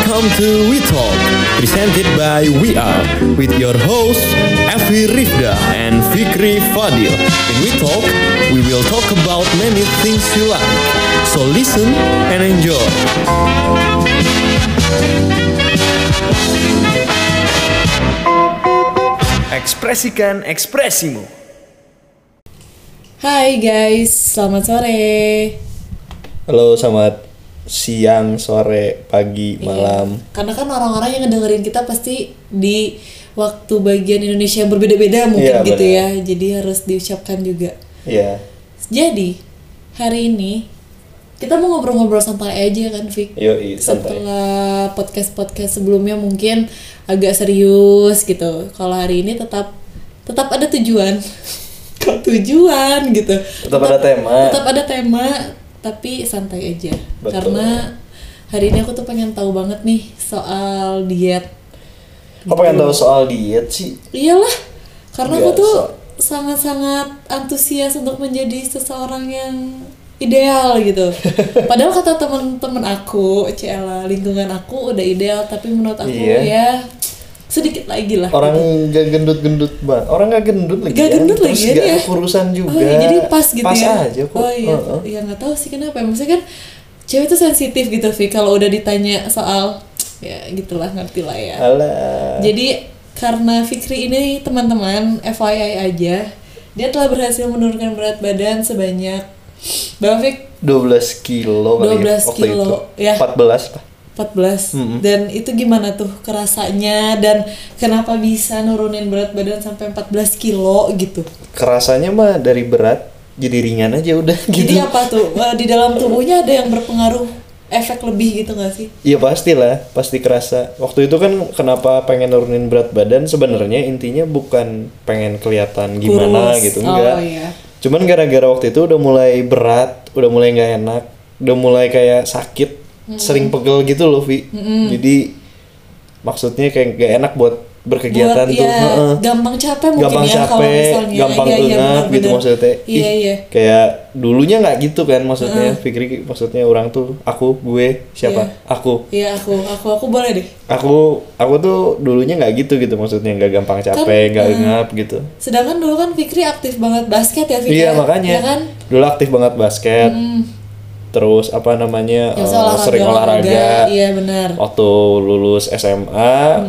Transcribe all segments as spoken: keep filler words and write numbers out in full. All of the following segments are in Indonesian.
Welcome to We Talk, presented by We Are, with your hosts Evi Rifda and Fikri Fadil. In We Talk, we will talk about many things you like. So listen and enjoy. Ekspresikan ekspresimu. Hai guys, selamat sore. Halo, selamat siang, sore, pagi, malam. Iya, karena kan orang-orang yang ngedengerin kita pasti di waktu bagian Indonesia yang berbeda-beda mungkin Iya, gitu bener. ya. Jadi harus diucapkan juga. Iya. Jadi hari ini kita mau ngobrol-ngobrol santai aja kan, Fik? Yoi, santai. Setelah podcast-podcast sebelumnya mungkin agak serius gitu. Kalau hari ini tetap tetap ada tujuan. Kok tujuan gitu. Tetap ada tema. Tetap ada tema, tapi santai aja. Betul. Karena hari ini aku tuh pengen tahu banget nih soal diet. Kok pengen tahu soal diet sih? Iyalah, karena aku Biasa. tuh sangat-sangat antusias untuk menjadi seseorang yang ideal gitu. Padahal kata teman-teman aku, Cela, lingkungan aku udah ideal, tapi menurut aku Iya. ya sedikit lagi lah. Orang gitu. gak gendut-gendut banget. Orang gak gendut lagi Gak kan? gendut Terus lagi ya gak dia. kekurusan juga. Oh iya, jadi pas gitu pas ya. aja kok. Oh iya, Heeh. ya nggak tahu sih kenapa. Maksudnya kan cewek tuh sensitif gitu, Vi. Kalau udah ditanya soal ya gitulah, ngerti lah ya. Alah. Jadi karena Fikri ini teman-teman F Y I aja, dia telah berhasil menurunkan berat badan sebanyak berapa, Fik? dua belas kilo kali dua belas ya, waktu kilo, itu. ya. empat belas lah. empat belas. Mm-mm. Dan itu gimana tuh kerasanya dan kenapa bisa nurunin berat badan sampai empat belas kilo gitu? Kerasanya mah dari berat jadi ringan aja udah gitu. Jadi apa tuh? Wah, di dalam tubuhnya ada yang berpengaruh efek lebih gitu gak sih? Iya pastilah, pasti kerasa. Waktu itu kan kenapa pengen nurunin berat badan sebenarnya intinya bukan pengen kelihatan gimana Kurus. gitu, Oh, enggak. iya. Cuman gara-gara waktu itu udah mulai berat, udah mulai nggak enak, udah mulai kayak sakit, sering pegel gitu loh, Vi. Jadi maksudnya kayak nggak enak buat berkegiatan Buat, tuh. ya, Heeh. gampang capek mungkin Gampang ya kalau capek, misalnya. gampang Iya, iya, engap benar-benar. gitu maksudnya. Iya, Ih, iya. Kayak dulunya nggak gitu kan maksudnya. Fikri maksudnya orang tuh aku, gue, siapa? Iya. Aku. Iya, aku, aku, aku boleh deh. Aku aku tuh dulunya nggak gitu gitu maksudnya, nggak gampang capek, nggak eh, engap gitu. Sedangkan dulu kan Fikri aktif banget basket ya, Fikri. Iya makanya. Ya kan? Dulu aktif banget basket. Terus apa namanya Ya, eh, usah olahraga, sering olahraga. Iya, benar. Waktu lulus S M A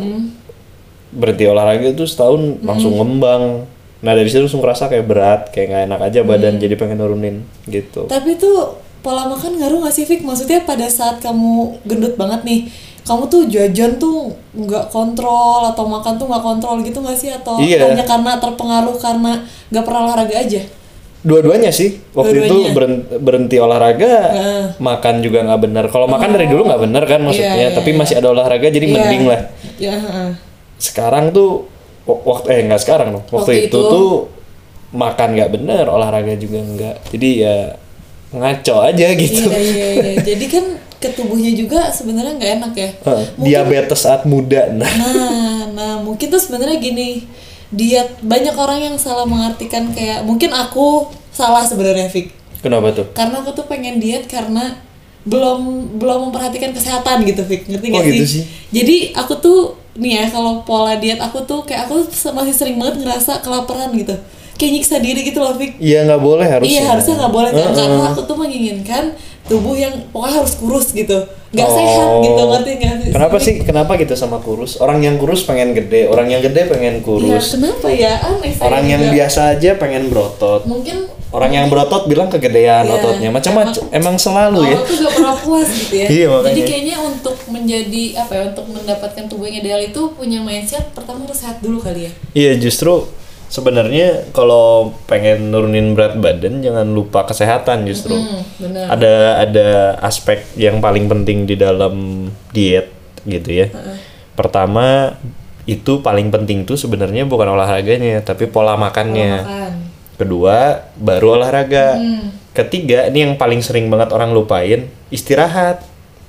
berhenti olahraga tuh setahun langsung ngembang. Nah dari situ langsung ngerasa kayak berat, kayak nggak enak aja badan, jadi pengen nurunin gitu. Tapi tuh pola makan ngaruh gak sih, Fik? Maksudnya pada saat kamu gendut banget nih, kamu tuh jajan tuh nggak kontrol atau makan tuh nggak kontrol gitu nggak sih? Atau Iya. hanya karena terpengaruh karena nggak pernah olahraga aja? Dua-duanya sih. Waktu itu Dua-duanya. beren- berhenti olahraga, Heeh. makan juga nggak benar. Kalau makan dari dulu nggak benar kan maksudnya, Iya, iya, tapi iya. masih ada olahraga jadi Iya. mending lah. Ya, heeh. Sekarang tuh w- waktu eh nggak sekarang dong. Waktu, Waktu itu, itu. tuh makan nggak bener, olahraga juga nggak. Jadi ya ngaco aja gitu. Iya, iya, iya. Jadi kan ke tubuhnya juga sebenarnya nggak enak ya. Heeh, Mungkin- diabetes saat muda. Nah, Nah, nah mungkin tuh sebenarnya gini, diet banyak orang yang salah mengartikan kayak mungkin aku salah sebenarnya, Fik. kenapa tuh? Karena aku tuh pengen diet karena belum belum memperhatikan kesehatan gitu, Fik. Ngerti Oh, gak gitu sih? sih. Jadi aku tuh nih ya, kalau pola diet aku tuh kayak aku masih sering banget ngerasa kelaparan gitu. Kayak nyiksa diri gitu loh, Fik. Iya nggak boleh harusnya. Iya, harusnya nggak boleh kan, Heeh. karena aku tuh menginginkan tubuh yang pokoknya harus kurus gitu, nggak Oh. sehat gitu, ngerti nggak sih? Kenapa sih? Kenapa gitu sama kurus? Orang yang kurus pengen gede, orang yang gede pengen Iya, kurus. kenapa ya? Aneh saya Orang yang juga. biasa aja pengen berotot. Mungkin Orang yang berotot bilang kegedean Iya, ototnya. Macam-macam. Emang selalu ya. orang tuh gak pernah puas gitu ya. Iya, makanya. Jadi kayaknya untuk menjadi apa ya, untuk mendapatkan tubuh yang ideal itu punya mindset pertama harus sehat dulu kali ya. Iya, justru sebenarnya kalau pengen nurunin berat badan jangan lupa kesehatan justru. Hmm, benar. Ada ada aspek yang paling penting di dalam diet gitu ya. Pertama itu paling penting tuh sebenarnya bukan olahraganya tapi pola makannya. Makan. Kedua baru olahraga. Hmm. Ketiga ini yang paling sering banget orang lupain, istirahat.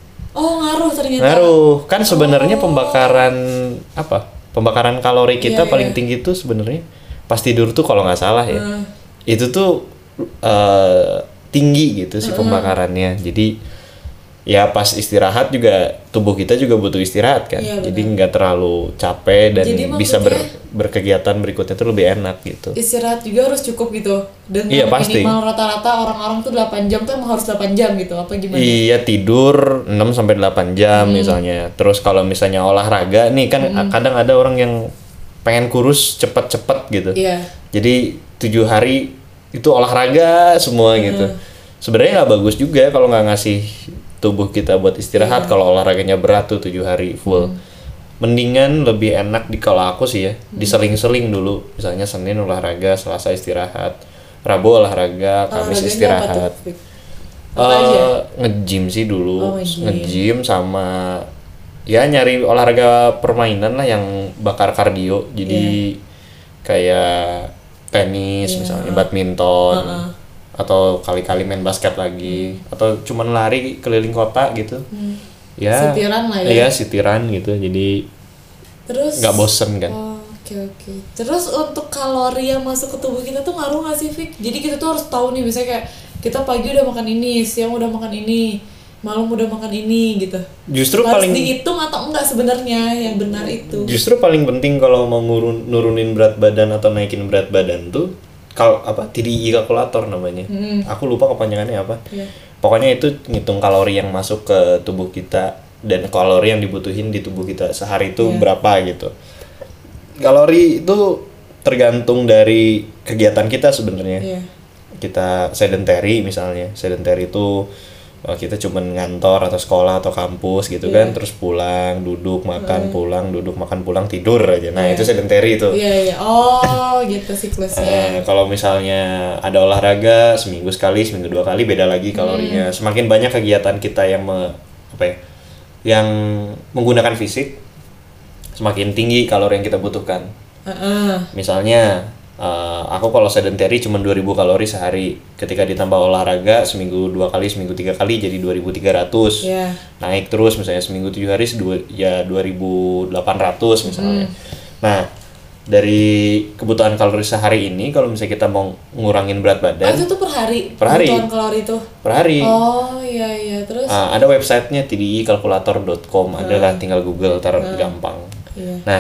Oh, ngaruh ternyata. Ngaruh. Kan sebenarnya pembakaran apa? Pembakaran kalori kita Iya, paling iya. tinggi tuh sebenarnya pas tidur tuh kalau nggak salah ya. Hmm. Itu tuh eh, tinggi gitu sih pembakarannya. Jadi ya pas istirahat juga tubuh kita juga butuh istirahat kan. Iya, jadi nggak terlalu capek dan Jadi bisa ber, maksudnya- berkegiatan berikutnya tuh lebih enak gitu. Istirahat juga harus cukup gitu. Dengan Iya, pasti. minimal rata-rata orang-orang tuh delapan jam tuh emang harus delapan jam gitu. Apa gimana? Iya, tidur enam sampai delapan jam misalnya. Terus kalau misalnya olahraga nih kan kadang ada orang yang pengen kurus cepet-cepet gitu. Iya. Jadi tujuh hari itu olahraga semua gitu. Sebenarnya nggak bagus juga kalau nggak ngasih tubuh kita buat istirahat. Kalau olahraganya berat tuh tujuh hari full. Mendingan lebih enak di kalau aku sih ya diseling-seling dulu. Misalnya Senin olahraga, Selasa istirahat, Rabu olahraga, Kamis Olahraganya istirahat. apa tuh, Fik? Apa aja? Eh, nge-gym sih dulu, Oh, nge-gym. nge-gym sama ya nyari olahraga permainan lah yang bakar kardio. Jadi kayak tenis misalnya, badminton, atau kali-kali main basket lagi, atau cuman lari keliling kota gitu. Ya, Sitiran lah ya. Iya, sitiran gitu. Jadi Terus nggak bosen kan. Oh, oke oke. Terus untuk kalori yang masuk ke tubuh kita tuh ngaruh nggak sih, Fik? Jadi kita tuh harus tahu nih, misalnya kayak kita pagi udah makan ini, siang udah makan ini, malam udah makan ini gitu. Justru Harus paling dihitung atau enggak sebenarnya yang benar itu? Justru paling penting kalau mau ngurun, nurunin berat badan atau naikin berat badan tuh kalau apa T D I kalkulator namanya. Aku lupa kepanjangannya apa. Iya. Pokoknya itu ngitung kalori yang masuk ke tubuh kita dan kalori yang dibutuhin di tubuh kita sehari itu berapa gitu. Kalori itu tergantung dari kegiatan kita sebenarnya. Iya. Kita sedentary misalnya. Sedentary itu uh, kita cuman ngantor atau sekolah atau kampus gitu kan, terus pulang, duduk, makan, pulang, duduk, makan, pulang, tidur aja. Nah, itu sedentary itu. Iya iya. Oh, gitu siklusnya. Eh, kalau misalnya ada olahraga seminggu sekali, seminggu dua kali beda lagi kalorinya. Semakin banyak kegiatan kita yang me, apa ya, yang menggunakan fisik, semakin tinggi kalori yang kita butuhkan. Heeh. Misalnya, eh, aku kalau sedentary cuma dua ribu kalori sehari. Ketika ditambah olahraga seminggu dua kali, seminggu tiga kali jadi dua ribu tiga ratus. Iya. Naik terus misalnya seminggu tujuh hari sedua- ya dua ribu delapan ratus misalnya. Nah, dari kebutuhan kalori sehari ini kalau misalnya kita mau ngurangin berat Oh, badan itu tuh per hari. Per hari. Kebutuhan kalori itu. per hari, Oh, iya iya. Terus ah, ada websitenya t d i kalkulator dot com, adalah tinggal Google tar gampang. iya. Nah,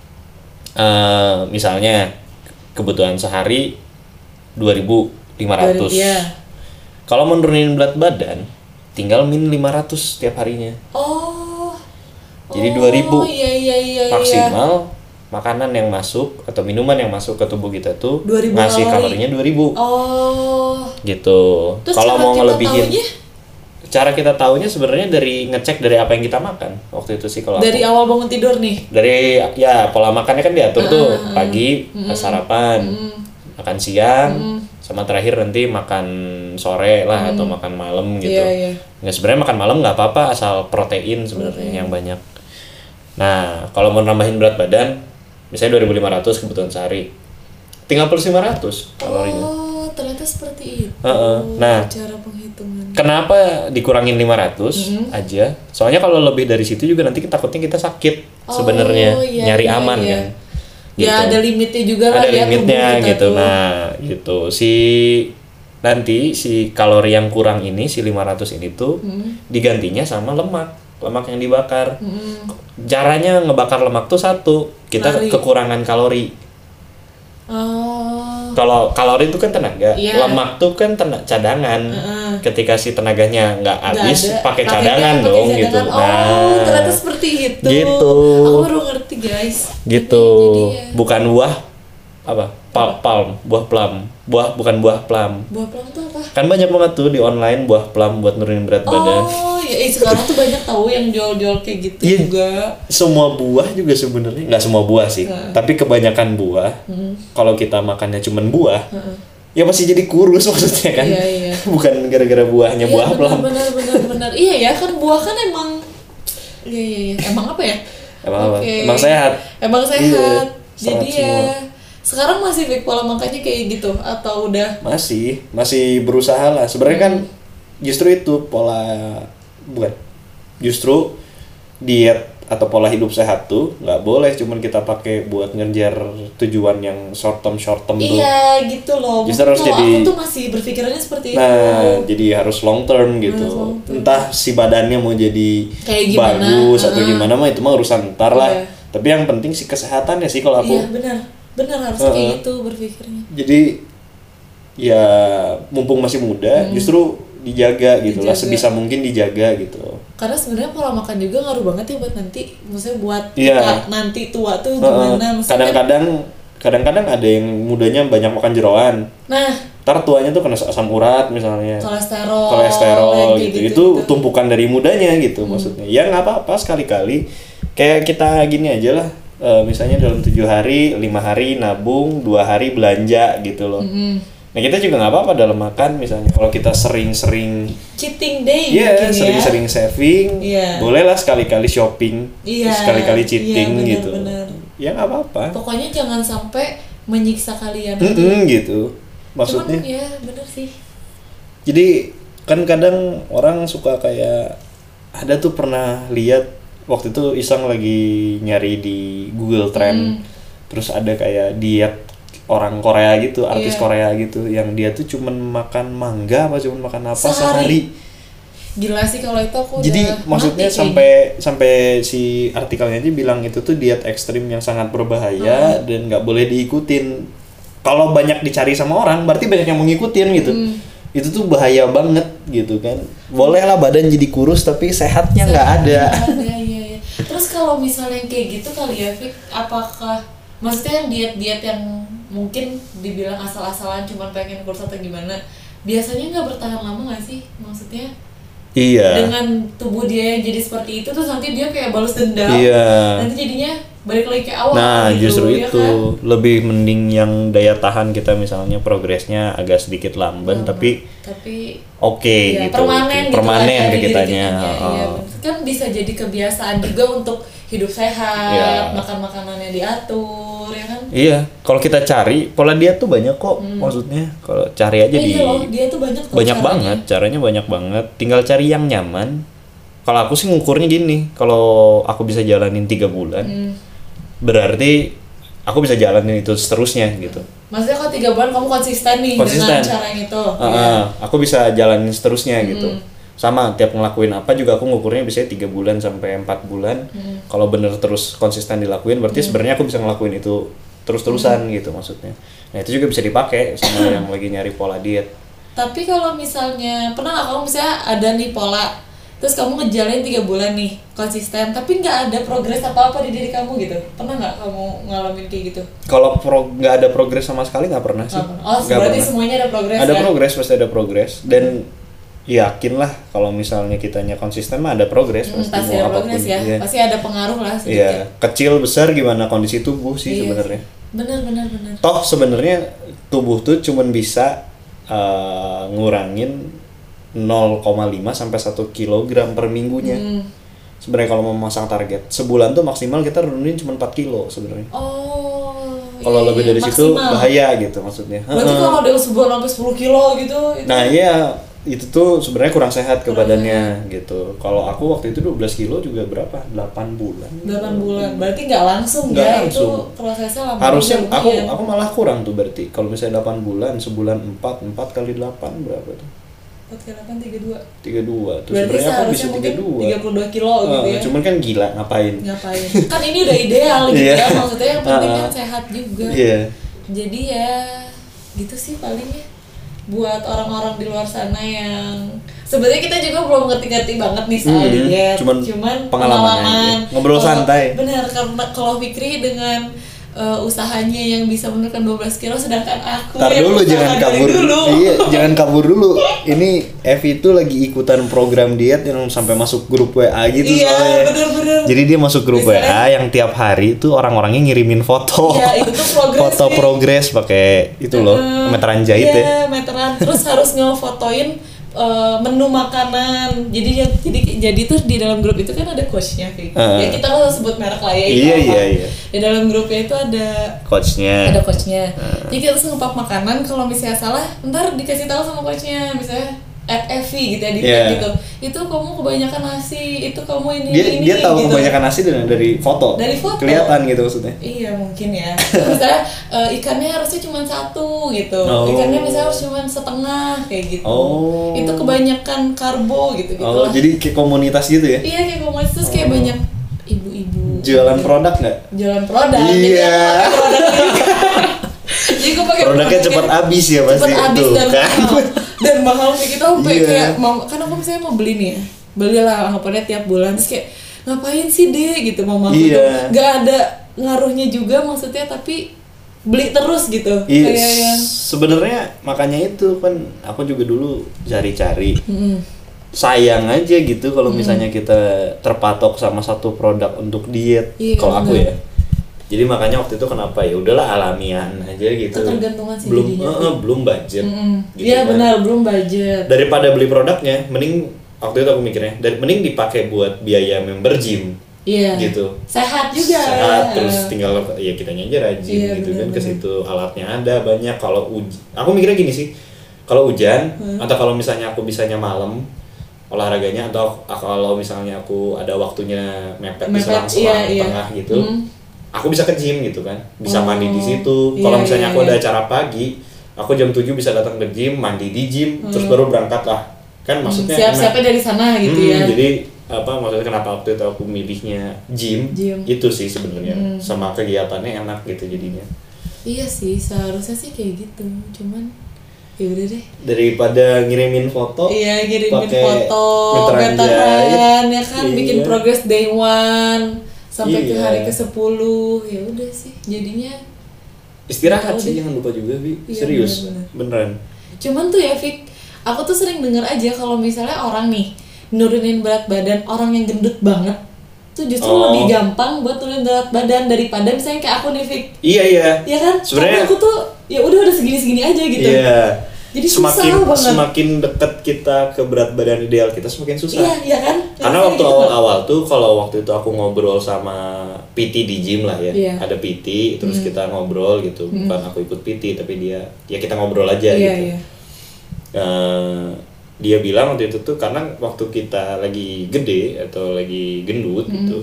eh, misalnya kebutuhan sehari dua ribu lima ratus. Iya. Kalau menurunin berat badan, tinggal min lima ratus setiap harinya. Oh. Jadi dua ribu Oh, iya iya iya iya. maksimal makanan yang masuk atau minuman yang masuk ke tubuh kita tuh dua ribu ngasih kalori. kalorinya dua ribu Oh. gitu. Terus Kalau cara mau kita ngelebihin, taunya? cara kita taunya sebenarnya dari ngecek dari apa yang kita makan waktu itu sih kalau Dari aku. awal bangun tidur nih. Dari ya pola makannya kan diatur tuh pagi sarapan, makan siang, sama terakhir nanti makan sore lah atau makan malam gitu. Iya, iya. Nggak, sebenarnya makan malam nggak apa-apa asal protein sebenarnya yang banyak. Nah, kalau mau nambahin berat badan, misalnya dua ribu lima ratus kebutuhan sehari, tinggal plus lima ratus kalorinya. Oh, ternyata seperti itu. Heeh. Nah, cara penghitungan. kenapa dikurangin lima ratus aja? Soalnya kalau lebih dari situ juga nanti takutnya kita sakit sebenarnya, Oh, iya, nyari iya, aman iya. kan. Ya ada limitnya juga lah Ada ya limitnya tubuh kita gitu. tuh. Nah, gitu. Si nanti si kalori yang kurang ini si lima ratus ini tuh digantinya sama lemak. Lemak yang dibakar. Caranya ngebakar lemak tuh satu, kita Lari. kekurangan kalori. Oh. Kalau kalori itu kan tenaga, Iya. lemak tuh kan tena- cadangan. Ketika si tenaganya nggak Nggak habis, ada. pakai Pakainya cadangan pakai dong cadangan. gitu. Oh, ternyata seperti itu. Gitu. Aku baru ngerti, guys. gitu. Jadi ya, Bukan buah apa? Pal palm, buah plum. Buah bukan buah plum. buah plum tuh apa? Kan banyak banget tuh di online buah plum buat nurunin berat badan. Oh, ya eh, sekarang tuh banyak tahu yang jual-jual kayak gitu Iya. juga. Semua buah juga sebenarnya nggak semua buah sih, tapi kebanyakan buah kalau kita makannya cuman buah, ya masih jadi kurus maksudnya kan. Iya, iya. Bukan gara-gara buahnya Iya, buah benar, plum. benar benar benar. Iya ya, kan buah kan emang iya iya iya. Emang apa ya? Emang apa? Oke. Emang sehat. Emang sehat. Iya, Jadi sehat ya semua. sekarang masih Fik, pola makannya kayak gitu atau udah Masih, masih berusaha lah. Sebenarnya kan justru itu pola bukan. Justru diet atau pola hidup sehat tuh nggak boleh cuman kita pakai buat ngejar tujuan yang short term short term tuh. Iya gitu loh. Justru Mungkin harus kalau jadi- aku tuh masih berpikirannya seperti itu. Nah, jadi harus long term gitu. Harus long term. Entah si badannya mau jadi Kayak gimana, bagus atau uh-uh. gimana mah itu mah urusan ntar lah. Iya. Tapi yang penting sih kesehatannya sih kalau aku. Iya benar, benar harus Uh-uh. kayak gitu berpikirnya. Jadi ya mumpung masih muda justru dijaga gitu lah, Dijaga. sebisa mungkin dijaga gitu. Karena sebenarnya pola makan juga ngaruh banget ya buat nanti, maksudnya buat Iya. kita nanti tua tuh Uh-uh. gimana. Maksudnya, Kadang-kadang kadang-kadang ada yang mudanya banyak makan jeroan. nah Ntar tuanya tuh kena asam urat misalnya. kolesterol, kolesterol yang kayak gitu. gitu, Itu gitu. tumpukan dari mudanya gitu maksudnya. Ya nggak apa-apa sekali-kali. Kayak kita gini aja lah. E, misalnya dalam tujuh hari, lima hari nabung, dua hari belanja gitu loh. Mm-mm. Nah kita juga nggak apa-apa dalam makan misalnya. Kalau kita sering-sering, Cheating day iya mungkin ya. sering-sering saving, Iya. bolehlah sekali-kali shopping, Iya, sekali-kali iya, cheating benar, gitu. benar. Ya nggak apa-apa. Pokoknya jangan sampai menyiksa kalian aja. Mm-mm, gitu. Maksudnya. Cuman ya bener sih. Jadi kan kadang orang suka kayak ada tuh pernah lihat waktu itu iseng lagi nyari di Google Trend, terus ada kayak diet orang Korea gitu, artis Iya. Korea gitu, yang dia tuh cuman makan mangga apa cuman makan apa Sehari. sehari. Gila sih kalau itu aku Jadi udah maksudnya mati sampai sampai si artikelnya aja bilang itu tuh diet ekstrim yang sangat berbahaya dan nggak boleh diikutin. Kalau banyak dicari sama orang, berarti banyak yang mengikutin gitu. Hmm. Itu tuh bahaya banget gitu kan. Boleh lah badan jadi kurus tapi sehatnya nggak ada. Nggak ada, iya, iya. Terus kalau misalnya yang kayak gitu kali ya, Fik, apakah maksudnya yang diet-diet yang mungkin dibilang asal-asalan cuma pengen kurus atau gimana, biasanya nggak bertahan lama nggak sih? Maksudnya Iya. dengan tubuh dia yang jadi seperti itu terus nanti dia kayak balas dendam. Iya. Nanti jadinya balik lagi kayak awal Nah, gitu, justru ya itu kan? lebih mending yang daya tahan kita misalnya progresnya agak sedikit lamban tapi Tapi oke ya, gitu. permanen gitu Permanen kan, ke dari diri kitanya. kitanya. Iya, Oh. bener. Kan bisa jadi kebiasaan juga untuk hidup sehat, Iya. makan makanannya diatur, ya kan? Iya, kalau kita cari pola diet tuh banyak kok, maksudnya kalau cari aja Eh, di iya loh, dia tuh banyak tuh banyak caranya. banget, caranya banyak banget. Tinggal cari yang nyaman. Kalau aku sih ngukurnya gini, kalau aku bisa jalanin tiga bulan, Hmm. berarti aku bisa jalanin itu seterusnya gitu. Maksudnya kalau tiga bulan kamu konsisten nih Konsisten. dengan cara yang itu. Uh, ya. uh, aku bisa jalanin seterusnya gitu. Sama tiap ngelakuin apa juga aku ngukurnya biasanya tiga bulan sampai empat bulan. Kalau bener terus konsisten dilakuin, berarti sebenarnya aku bisa ngelakuin itu terus-terusan gitu maksudnya. Nah itu juga bisa dipakai sama yang lagi nyari pola diet. Tapi kalau misalnya pernah nggak kamu misalnya ada nih pola, terus kamu ngejalanin tiga bulan nih konsisten, tapi nggak ada progres apa apa di diri kamu gitu? Pernah nggak kamu ngalamin kayak gitu? Kalau pro nggak ada progres sama sekali nggak pernah sih. Nggak pernah. Oh, Nggak berarti pernah. semuanya ada progres Ada ya? progres, pasti ada progres, dan yakin lah kalau misalnya kitanya konsisten mah ada progres Hmm, pasti, pasti mau ada apapun. progres ya, Iya. pasti ada pengaruh lah sedikit. Iya, kecil besar gimana kondisi tubuh sih Iya. sebenarnya. Benar benar benar. Toh sebenarnya tubuh tuh cuman bisa uh, ngurangin nol koma lima sampai satu kilogram per minggunya. Hmm. Sebenarnya kalau mau memasang target sebulan tuh maksimal kita nurunin cuma empat kilo sebenarnya. Oh. Kalau iya, lebih iya, dari situ maksimal. bahaya gitu maksudnya. Berarti Heeh. kalau ada sebulan sampai sepuluh kilo gitu, itu Nah iya itu tuh sebenarnya kurang sehat ke Kurang badannya gitu. Kalau aku waktu itu dua belas kilo juga berapa? delapan bulan. delapan bulan. Berarti nggak langsung Nggak ya, langsung. itu prosesnya lama. Harusnya juga, aku lumayan. aku malah kurang tuh berarti. Kalau misalnya delapan bulan, sebulan empat, empat kali delapan berapa tuh? empat kali delapan, tiga puluh dua. tiga puluh dua. Tuh Berarti sebenarnya aku bisa seharusnya mungkin tiga puluh dua. tiga puluh dua kilo gitu ya. Cuman kan gila ngapain? Ngapain? Kan ini udah ideal gitu Iya. ya, maksudnya yang penting Uh-uh. kan sehat juga. Iya. Jadi ya gitu sih palingnya buat orang-orang di luar sana yang sebenarnya kita juga belum ngerti-ngerti banget nih soal Hmm, diet, cuman pengalaman aja. Ngobrol Kalau- santai. Benar, karena kalau Fikri dengan uh, usahanya yang bisa menurunkan dua belas kilo, sedangkan aku Ntar yang dulu usaha jangan dari kabur. dulu. Iya, jangan kabur dulu. Ini Evi itu lagi ikutan program diet yang sampai masuk grup W A gitu Iya, soalnya. bener-bener. Jadi dia masuk grup Misalnya- W A yang tiap hari tuh orang-orangnya ngirimin foto. Iya, itu tuh progres, Foto Fi. progres pakai itu loh, Heeh. meteran jahit Iya, ya. meteran. Terus harus ngefotoin uh, menu makanan. Jadi jadi jadi tuh di dalam grup itu kan ada coachnya, Fi. Heeh. Ya kita nggak usah sebut merek lah ya. itu Iya, apa. iya, iya. Di dalam grupnya itu ada Coachnya. ada coachnya. Jadi kita harus ngepap makanan. Kalau misalnya salah, ntar dikasih tahu sama coachnya. Misalnya at Evi gitu ya di Yeah. gitu. Itu kamu kebanyakan nasi, itu kamu ini Dia ini dia tahu gitu. kebanyakan nasi dari dari foto. Dari foto. Kelihatan gitu maksudnya. Iya mungkin ya. Misalnya uh, ikannya harusnya cuma satu gitu. Oh. Ikannya misalnya harus cuma setengah kayak gitu. Oh. Itu kebanyakan karbo gitu gitu Oh, lah. jadi kayak komunitas gitu ya? Iya kayak komunitas terus kayak Oh. banyak ibu-ibu. Jualan produk nggak? Jualan produk. Iya. Jadi aku pakai produk ini. Jadi gue pakai Produknya cepat habis ya pasti. Cepet habis Tuh, dan kan? mahal. Dan mahal kayak gitu sampai Iya. kayak mau kan aku misalnya mau beli nih ya. Belilah anggapannya tiap bulan terus kayak ngapain sih deh gitu mama aku Iya. tuh nggak ada ngaruhnya juga maksudnya tapi beli terus gitu. Iya, Kayak yang sebenarnya makanya itu kan aku juga dulu cari-cari. Mm-mm. Sayang aja gitu kalau misalnya kita terpatok sama satu produk untuk diet. Iya, Kalau aku benar. ya. Jadi makanya waktu itu kenapa ya udahlah alamiah aja gitu. Ketergantungan sih belum jadinya. eh, eh, belum budget. Mm-mm. gitu Iya kan. benar belum budget. Daripada beli produknya, mending waktu itu aku mikirnya, dari mending dipakai buat biaya member gym. Iya. Gitu. Sehat juga. Sehat, terus tinggal ya kitanya aja rajin Iya, gitu kan, ke benar-benar. situ alatnya ada banyak. Kalau uj- aku mikirnya gini sih, kalau hujan Hmm. atau kalau misalnya aku bisanya malam olahraganya atau kalau misalnya aku ada waktunya mepet di Mepet, selang-selang iya, iya. tengah gitu, Hmm. aku bisa ke gym gitu kan, bisa Oh, mandi di situ. iya, Kalau misalnya iya, aku ada iya. acara pagi, aku jam tujuh bisa datang ke gym, mandi di gym, terus Hmm. baru berangkat lah. Kan maksudnya Siap-siapnya enak. dari sana gitu Hmm, ya. Jadi apa maksudnya kenapa waktu itu aku milihnya gym, Gym. itu sih sebenarnya Hmm. sama kegiatannya enak gitu jadinya. Iya sih seharusnya sih kayak gitu. Cuman ya udah deh. Daripada ngirimin foto, Iya ngirimin pakai foto, meteran meteran jahit. ya kan, Iya. bikin progress day one sampai ke Iya. hari ke sepuluh ya udah sih jadinya. istirahat Tahu sih deh. jangan lupa juga Bi. Iya, Serius, benar-benar. beneran. Cuman tuh ya Fik, aku tuh sering denger aja kalau misalnya orang nih nurunin berat badan orang yang gendut banget tuh justru Oh. lebih gampang buat turunin berat badan daripada misalnya kayak aku nih Fik. Iya iya. Ya kan? Sebenarnya- Tapi aku tuh ya udah udah segini-segini aja gitu. Iya. Jadi susah semakin banget. semakin dekat kita ke berat badan ideal kita semakin susah. Iya, iya kan? Karena Rasanya waktu gitu, awal-awal tuh kalau waktu itu aku ngobrol sama P T di gym lah ya. Iya. Ada P T terus kita ngobrol gitu. Bukan aku ikut P T tapi dia ya kita ngobrol aja Iya, gitu. iya. Eh, dia bilang waktu itu tuh karena waktu kita lagi gede atau lagi gendut gitu.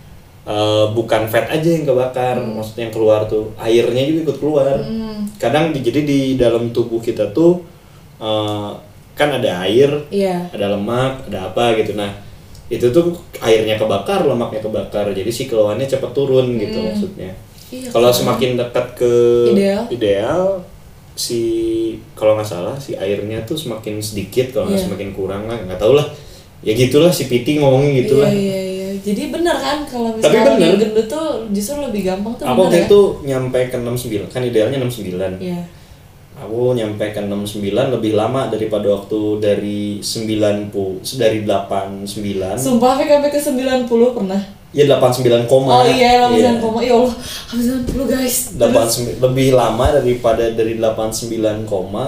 eh, bukan fat aja yang kebakar, maksudnya yang keluar tuh airnya juga ikut keluar. Hmm. Kadang di, jadi di dalam tubuh kita tuh eh, kan ada air, Iya. ada lemak, ada apa gitu. Nah itu tuh airnya kebakar, lemaknya kebakar, jadi si keluarnya cepat turun gitu maksudnya. Iya, Kalau kan? semakin dekat ke Ideal. ideal, si kalau nggak salah si airnya tuh semakin sedikit, kalau nggak Iya. semakin kurang lah, nggak tahu lah. Ya gitulah si P T ngomongnya gitulah. Iya, iya, iya. Jadi benar kan kalau Tapi misalnya orang bener. yang gendut tuh justru lebih gampang tuh Aku benar waktu ya. itu nyampe ke enam puluh sembilan, kan idealnya enam puluh sembilan. Iya. Aku nyampe ke enam puluh sembilan lebih lama daripada waktu dari sembilan puluh, dari delapan puluh sembilan. Sumpah Fik sampai ke sembilan puluh pernah. Ya delapan puluh sembilan koma. Oh iya, delapan puluh sembilan Iya. koma. Ya Allah, sembilan puluh guys. delapan Terus- sembilan lebih lama daripada dari delapan puluh sembilan koma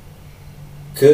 ke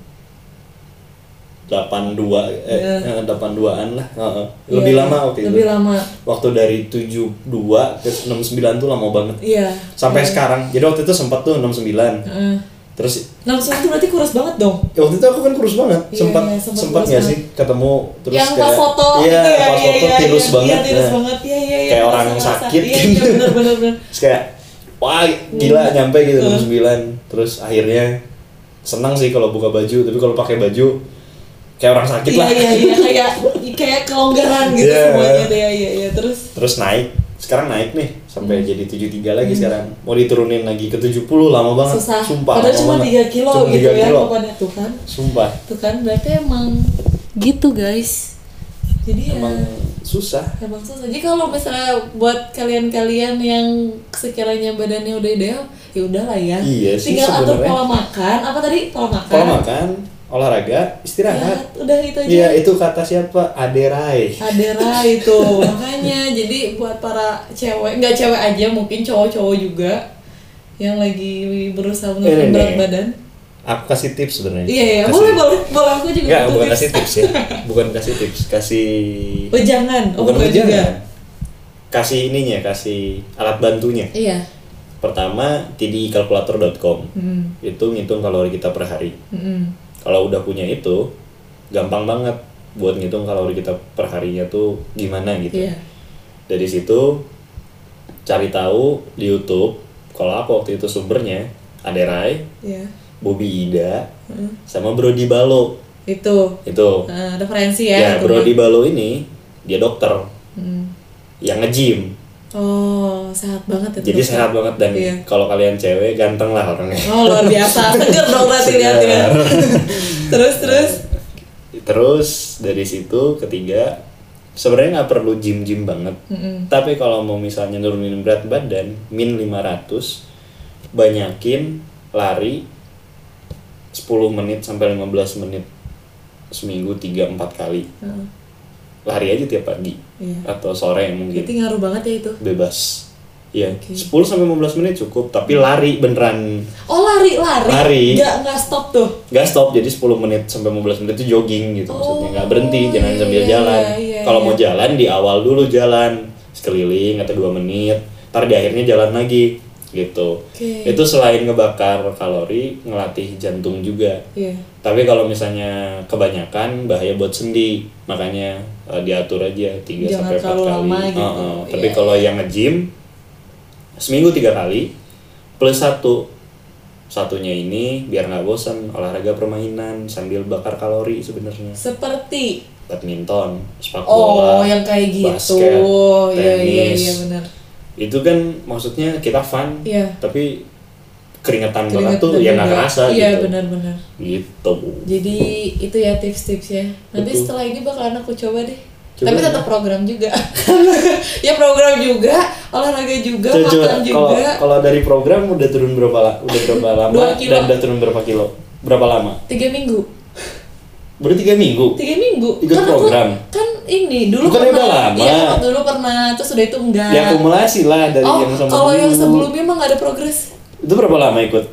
delapan puluh dua eh Iya. delapan puluh dua-an lah. Heeh. Iya, Lebih iya. lama waktu itu. Lebih lama. Waktu dari tujuh puluh dua ke enam puluh sembilan tuh lama banget. Iya. Sampai Iya. sekarang. Jadi waktu itu sempat tuh enam puluh sembilan. Heeh. Terus enam puluh sembilan itu berarti kurus banget dong. ya waktu itu aku kan kurus banget. Iya, sempat iya, sempat sempat kurus nggak banget. sih ketemu terus Yang kayak pas foto iya, gitu ya. pas Iya, foto iya, tirus iya, banget. Iya, tirus Nah, banget. Iya, iya, iya. kayak Rasa- orang rasa. sakit Iya, gitu. iya, bener, bener, bener. Terus kayak wah gila nyampe gitu enam puluh sembilan. Terus akhirnya senang sih kalau buka baju, tapi kalau pakai baju kayak orang sakit Iya, lah. iya, iya. Kayak kayak kelonggaran gitu Iya. semuanya tuh ya. Iya, iya. Terus Terus naik, sekarang naik nih sampai Hmm. jadi tujuh puluh tiga lagi sekarang. Mau diturunin lagi ke tujuh puluh lama banget. susah. Sumpah. Padahal lama cuma banget. tiga kilo Cuma gitu tiga ya kilo. pokoknya tuh kan. Sumpah. Tuh kan berarti emang gitu guys. Jadi ya Emang susah. emang susah. Jadi kalau misalnya buat kalian-kalian yang sekiranya badannya udah ideal, ya udahlah ya. Iya sih, Tinggal atur sebenarnya. pola makan. Apa tadi? Pola makan. Pola makan, olahraga, istirahat. Ya, udah itu aja. Iya, itu kata siapa? Aderai. Adera itu makanya jadi buat para cewek nggak cewek aja mungkin cowok-cowok juga yang lagi berusaha Ini menurunkan nih. berat badan. Aku kasih tips sebenarnya. Iya iya Kasih- boleh boleh boleh aku juga Enggak, butuh bukan tips. kasih tips ya. Bukan kasih tips, kasih Oh jangan, oh bukan bukan juga. ujangan. Kasih ininya, kasih alat bantunya. Iya. Pertama, t d i calculator dot com. Hmm. Itu ngitung kalori kita per hari. Hmm. Kalau udah punya itu, gampang banget buat ngitung kalori kita per harinya tuh gimana gitu. Iya. Dari situ cari tahu di YouTube. Kalau aku waktu itu sumbernya Aderai, Iya. Bobby Ida, Heeh. sama Brody Balo. Itu. Itu. Eh, referensi ya. Ya, itu Brody mah. Balo ini dia dokter Hmm. yang nge-gym. Oh, sehat banget itu. Jadi dokter. sehat banget dan Iya. kalau kalian cewek ganteng lah orangnya. Oh, luar biasa. Seger dong berarti lihat-lihat. terus terus. Terus dari situ ketiga sebenarnya nggak perlu gym-gym banget. Mm-mm. Tapi kalau mau misalnya nurunin berat badan min lima ratus, banyakin lari sepuluh menit sampai lima belas menit seminggu tiga empat kali. Heeh. Lari aja tiap pagi Iya. atau sore mungkin. Berarti ngaruh banget ya itu. Bebas. Iya, Oke. sepuluh sampai lima belas menit cukup, tapi lari beneran. Oh, lari lari. Lari. Nggak nggak stop tuh. Gak stop, jadi sepuluh menit sampai lima belas menit itu jogging gitu maksudnya. Nggak Oh, berhenti, jangan iya, sambil iya, jalan. iya, Kalau iya. mau jalan di awal dulu jalan sekeliling atau dua menit, ntar di akhirnya jalan lagi gitu. Oke. Itu selain ngebakar kalori, ngelatih jantung juga. Iya. Tapi kalau misalnya kebanyakan bahaya buat sendi, makanya eh, diatur aja tiga Jangan sampai empat terlalu kali. lama gitu. Heeh. Tapi Iya, kalau iya. yang nge-gym seminggu tiga kali plus satu. Satunya ini biar nggak bosan olahraga permainan sambil bakar kalori sebenarnya. Seperti Badminton, sepak oh bola, yang kayak gitu. basket, Iya iya tenis. iya benar. Itu kan maksudnya kita fun, Iya. tapi keringetan banget Keringet tuh dan ya nggak juga- kerasa Iya gitu. benar-benar. Gitu. Jadi itu ya tips-tipsnya. Nanti Betul. setelah ini bakalan aku coba deh. Coba Tapi ya. tetap program juga. Ya program juga, olahraga juga, Coba, coba, makan kalau juga. kalau dari program udah turun berapa la- udah berapa lama Dua kilo. dan udah turun berapa kilo? Berapa lama? Tiga minggu. Baru tiga minggu. Tiga minggu. Ikut Kan aku- program? kan ini dulu Bukannya pernah. udah lama? Iya kan dulu pernah. Terus udah itu enggak. Ya akumulasi lah dari oh, yang sama kalau dulu. yang sebelumnya emang nggak ada progres. Itu berapa lama ikut?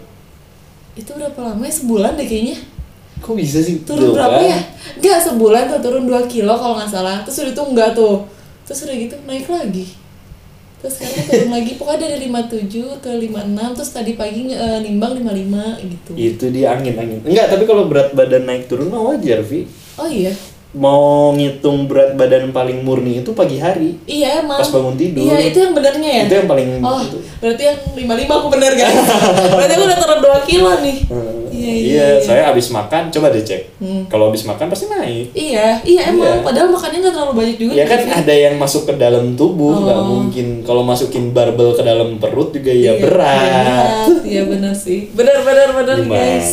Itu berapa lama ya? Sebulan deh kayaknya. Kok bisa sih? Turun Tuh, berapa kan? ya? Enggak, sebulan tuh turun dua kilo kalau nggak salah. Terus udah itu enggak tuh. Terus udah gitu naik lagi. Terus sekarang turun lagi. Pokoknya dari lima puluh tujuh ke lima puluh enam. Terus tadi pagi eh, nimbang lima puluh lima gitu. Itu dia angin-angin. Enggak, tapi kalau berat badan naik turun mah wajar, Vi. Oh iya? Mau ngitung berat badan paling murni itu pagi hari. Iya emang. Pas bangun tidur. Iya itu yang benernya ya? Itu yang paling Oh, itu. berarti yang lima puluh lima aku bener guys. Berarti aku udah turun dua kilo nih. Hmm, Iya, iya, iya, iya. saya habis makan, coba deh cek. Hmm. Kalau habis makan pasti naik. Iya, iya emang. Iya. Padahal makannya nggak terlalu banyak juga. Ya kan sih. ada yang masuk ke dalam tubuh, nggak Oh. mungkin. Kalau masukin barbel ke dalam perut juga ya Iya, berat. Iya benar sih. Benar benar benar Gimana? guys.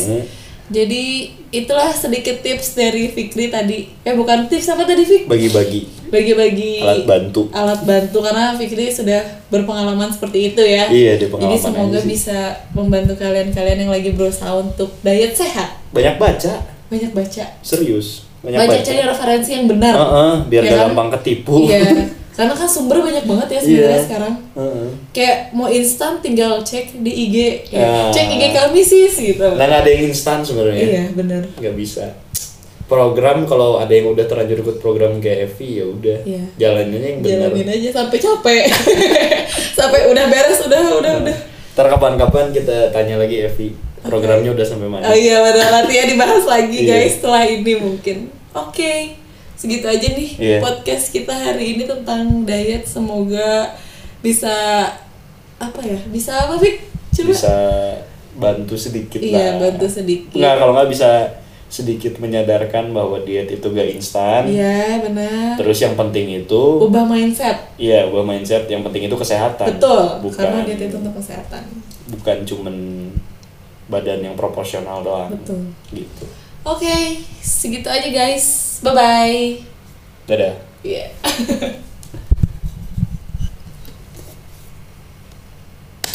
Jadi itulah sedikit tips dari Fikri tadi. Eh bukan tips apa tadi Fik? Bagi-bagi Bagi-bagi alat bantu. alat bantu karena Fikri sudah berpengalaman seperti itu ya. Iya, dia Jadi pengalaman semoga aja sih. bisa membantu kalian-kalian yang lagi berusaha untuk diet sehat. Banyak baca, Banyak baca. serius. Banyak Banyak baca. cari referensi yang benar. Heeh, biar Ya gak kan? gampang ketipu. Iya. Karena kan sumber banyak banget ya sebenarnya Iya. sekarang. Heeh. Kayak mau instan tinggal cek di I G, Ya. ya. Cek I G kami sis gitu. Nah, nggak ada yang instan sebenarnya. Iya, benar. Nggak bisa. Program kalau ada yang udah terlanjur ikut program kayak Evi ya udah. Iya. Jalaninnya yang benar. Jalanin aja sampai capek. Sampai udah beres, udah, udah, udah. Ntar kapan-kapan kita tanya lagi Evi. Programnya udah sampai mana? Oh iya, benar nanti ya dibahas lagi Iya. guys setelah ini mungkin. Oke. Segitu aja nih Iya. podcast kita hari ini tentang diet. Semoga bisa apa ya? Bisa apa, Fik? Coba. Bisa bantu sedikit Iya, lah. bantu sedikit. Nggak, kalau nggak bisa sedikit menyadarkan bahwa diet itu gak instan. Iya, benar. Terus yang penting itu, Ubah mindset. iya, ubah mindset. Yang penting itu kesehatan. Betul. Bukan, Karena diet itu untuk kesehatan. bukan cuman badan yang proporsional doang. Betul. Gitu. Oke, segitu aja guys. Bye bye. Dadah. Iya.